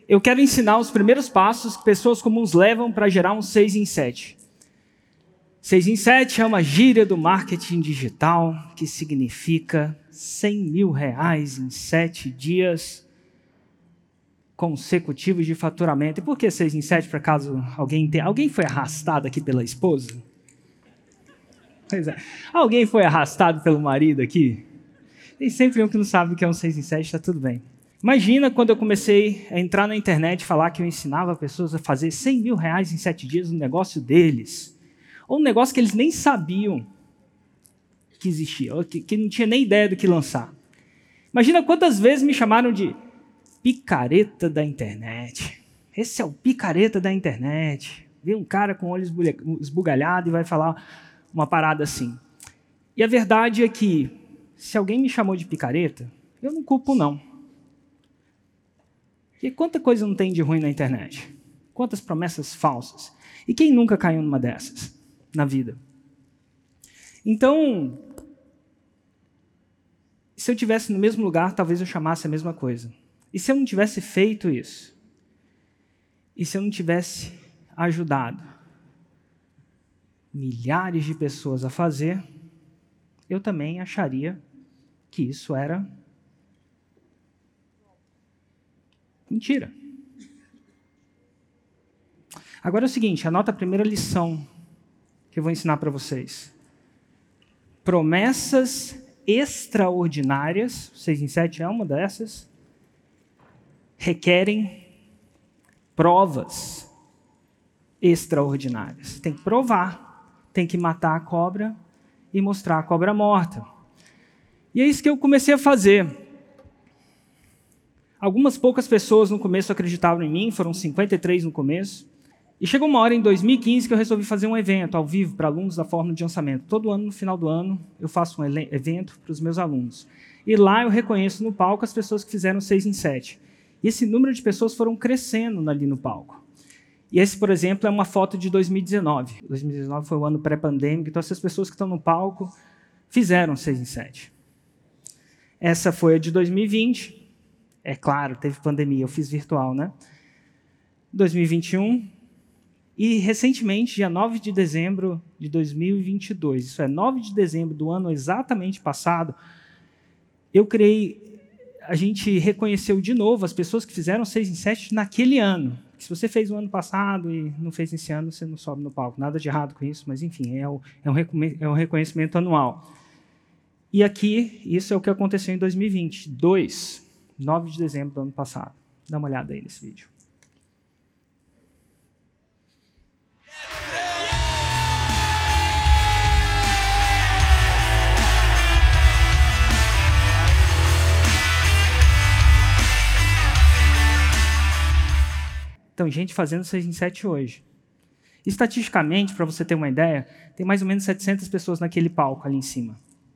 eu quero ensinar os primeiros passos que pessoas comuns levam para gerar um 6 em 7. 6 em 7 é uma gíria do marketing digital que significa R$100 mil em 7 dias consecutivos de faturamento. E por que 6 em 7, por acaso alguém foi arrastado aqui pela esposa? Pois é. Alguém foi arrastado pelo marido aqui? Tem sempre um que não sabe o que é um 6 em 7, está tudo bem. Imagina quando eu comecei a entrar na internet e falar que eu ensinava pessoas a fazer R$100 mil em 7 dias no negócio deles. Ou um negócio que eles nem sabiam que existia, ou que não tinha nem ideia do que lançar. Imagina quantas vezes me chamaram de picareta da internet. Esse é o picareta da internet. Vê um cara com o olho esbugalhado e vai falar uma parada assim. E a verdade é que, se alguém me chamou de picareta, eu não culpo não. Porque quanta coisa não tem de ruim na internet? Quantas promessas falsas? E quem nunca caiu numa dessas na vida? Então, se eu estivesse no mesmo lugar, talvez eu chamasse a mesma coisa. E se eu não tivesse feito isso? E se eu não tivesse ajudado milhares de pessoas a fazer, eu também acharia que isso era mentira. Agora é o seguinte, anota a primeira lição que eu vou ensinar para vocês. Promessas extraordinárias, 6 em 7 é uma dessas, requerem provas extraordinárias. Tem que provar, tem que matar a cobra e mostrar a cobra morta. E é isso que eu comecei a fazer. Algumas poucas pessoas no começo acreditavam em mim, foram 53 no começo. E chegou uma hora em 2015 que eu resolvi fazer um evento ao vivo para alunos da Fórmula de Lançamento. Todo ano, no final do ano, eu faço um evento para os meus alunos. E lá eu reconheço no palco as pessoas que fizeram 6 em 7. E esse número de pessoas foram crescendo ali no palco. E esse, por exemplo, é uma foto de 2019. 2019 foi o ano pré-pandêmico, então essas pessoas que estão no palco fizeram 6 em 7. Essa foi a de 2020. É claro, teve pandemia, eu fiz virtual, né? 2021. E, recentemente, dia 9 de dezembro de 2022, isso é, 9 de dezembro do ano exatamente passado, a gente reconheceu de novo as pessoas que fizeram 6 em 7 naquele ano. Se você fez o ano passado e não fez esse ano, você não sobe no palco. Nada de errado com isso, mas, enfim, é um reconhecimento anual. E aqui, isso é o que aconteceu em 2022, 9 de dezembro do ano passado. Dá uma olhada aí nesse vídeo. Então, gente fazendo 6 em 7 hoje. Estatisticamente, para você ter uma ideia, tem mais ou menos 700 pessoas naquele palco ali em cima.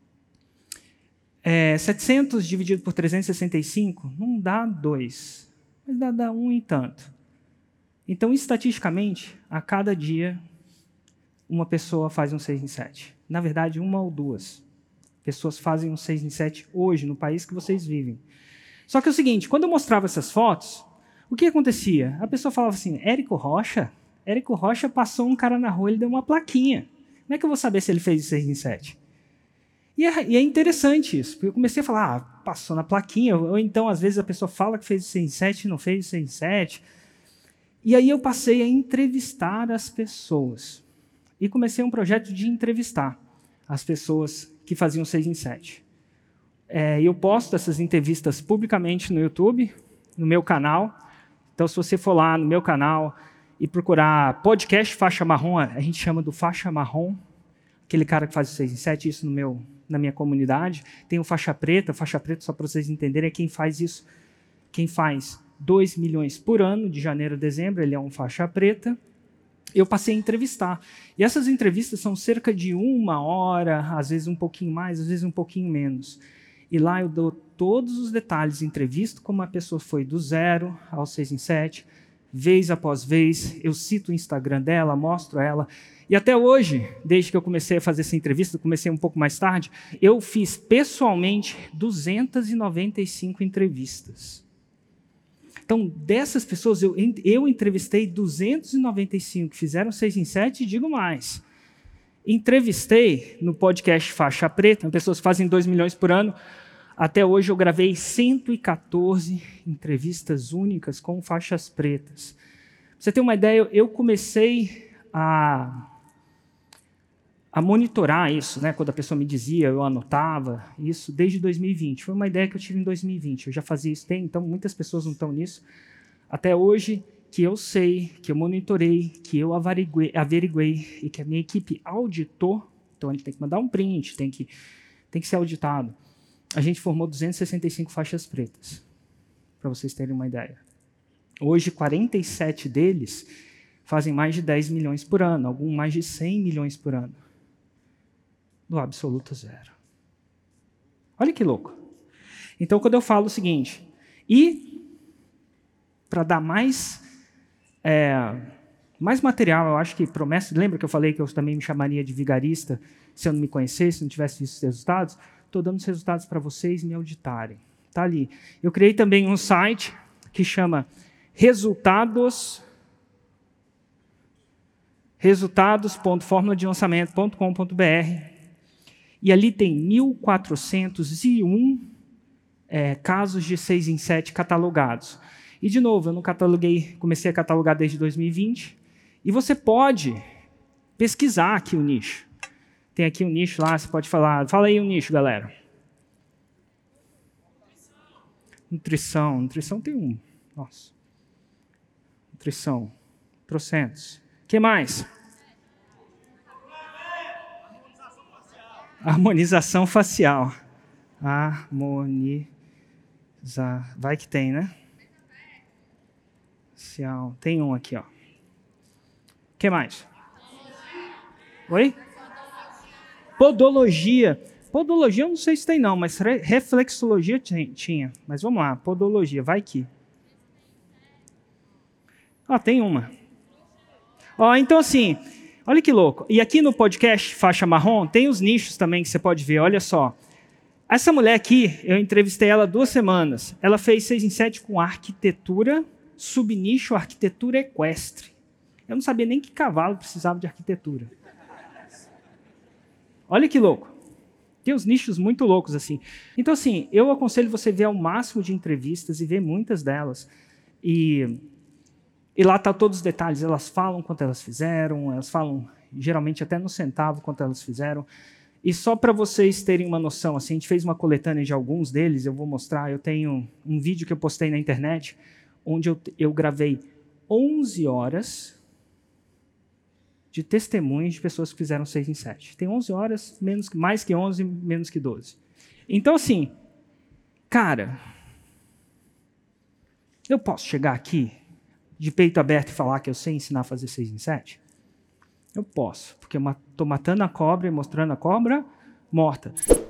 700 dividido por 365 não dá 2, mas dá 1 e tanto. Então, estatisticamente, a cada dia, uma pessoa faz um 6 em 7. Na verdade, 1 ou 2 pessoas fazem um 6 em 7 hoje, no país que vocês vivem. Só que é o seguinte, quando eu mostrava essas fotos, o que acontecia? A pessoa falava assim, Érico Rocha passou um cara na rua, ele deu uma plaquinha. Como é que eu vou saber se ele fez 6 em 7? E é interessante isso, porque eu comecei a falar, passou na plaquinha, ou então, às vezes, a pessoa fala que fez 6 em 7 e não fez 6 em 7. E aí eu passei a entrevistar as pessoas. E comecei um projeto de entrevistar as pessoas que faziam 6 em 7. Eu posto essas entrevistas publicamente no YouTube, no meu canal. Então, se você for lá no meu canal e procurar podcast Faixa Marrom, a gente chama do Faixa Marrom, aquele cara que faz o 6 em 7, isso na minha comunidade. Tem o Faixa Preta, só para vocês entenderem, é quem faz isso, quem faz 2 milhões por ano, de janeiro a dezembro, ele é um faixa preta. Eu passei a entrevistar. E essas entrevistas são cerca de 1 hora, às vezes um pouquinho mais, às vezes um pouquinho menos. E lá eu dou todos os detalhes, entrevisto como a pessoa foi do 0 ao 6 em 7, vez após vez, eu cito o Instagram dela, mostro ela. E até hoje, desde que eu comecei a fazer essa entrevista, comecei um pouco mais tarde, eu fiz pessoalmente 295 entrevistas. Então, dessas pessoas, eu entrevistei 295 que fizeram 6 em 7 e digo mais. Entrevistei no podcast Faixa Preta, pessoas que fazem 2 milhões por ano. Até hoje eu gravei 114 entrevistas únicas com faixas pretas. Pra você ter uma ideia, eu comecei a monitorar isso, né? Quando a pessoa me dizia, eu anotava isso desde 2020. Foi uma ideia que eu tive em 2020. Eu já fazia isso, então muitas pessoas não estão nisso. Até hoje, que eu sei, que eu monitorei, que eu averiguei e que a minha equipe auditou, então a gente tem que mandar um print, tem que ser auditado. A gente formou 265 faixas pretas, para vocês terem uma ideia. Hoje, 47 deles fazem mais de 10 milhões por ano, alguns mais de 100 milhões por ano. Do absoluto zero. Olha que louco. Então, quando eu falo o seguinte, e para dar mais material, eu acho que promessa, lembra que eu falei que eu também me chamaria de vigarista se eu não me conhecesse, se não tivesse visto os resultados? Estou dando os resultados para vocês me auditarem. Está ali. Eu criei também um site que chama resultados.formuladelançamento.com.br e ali tem 1.401 casos de 6 em 7 catalogados. E, de novo, eu não cataloguei, comecei a catalogar desde 2020, e você pode pesquisar aqui o nicho. Tem aqui um nicho lá, você pode falar. Fala aí o nicho, galera. Nutrição. Nutrição tem um. Nossa. Nutrição. Trocentos. O que mais? Harmonização facial. Vai que tem, né? Facial. Tem um aqui, ó. O que mais? Oi? Podologia. Podologia eu não sei se tem não, mas reflexologia tinha. Mas vamos lá, podologia, vai que. Tem uma. Então assim, olha que louco. E aqui no podcast Faixa Marrom, tem os nichos também que você pode ver, olha só. Essa mulher aqui, eu entrevistei ela 2 semanas. Ela fez 6 em 7 com arquitetura, subnicho arquitetura equestre. Eu não sabia nem que cavalo precisava de arquitetura. Olha que louco. Tem uns nichos muito loucos assim. Então, assim, eu aconselho você ver ao máximo de entrevistas e ver muitas delas. E lá tá todos os detalhes. Elas falam quanto elas fizeram, elas falam geralmente até no centavo quanto elas fizeram. E só para vocês terem uma noção, assim, a gente fez uma coletânea de alguns deles, eu vou mostrar. Eu tenho um vídeo que eu postei na internet, onde eu gravei 11 horas de testemunhos de pessoas que fizeram 6 em 7. Tem 11 horas, mais que 11, menos que 12. Então, assim, cara, eu posso chegar aqui de peito aberto e falar que eu sei ensinar a fazer 6 em 7? Eu posso, porque eu estou matando a cobra e mostrando a cobra morta.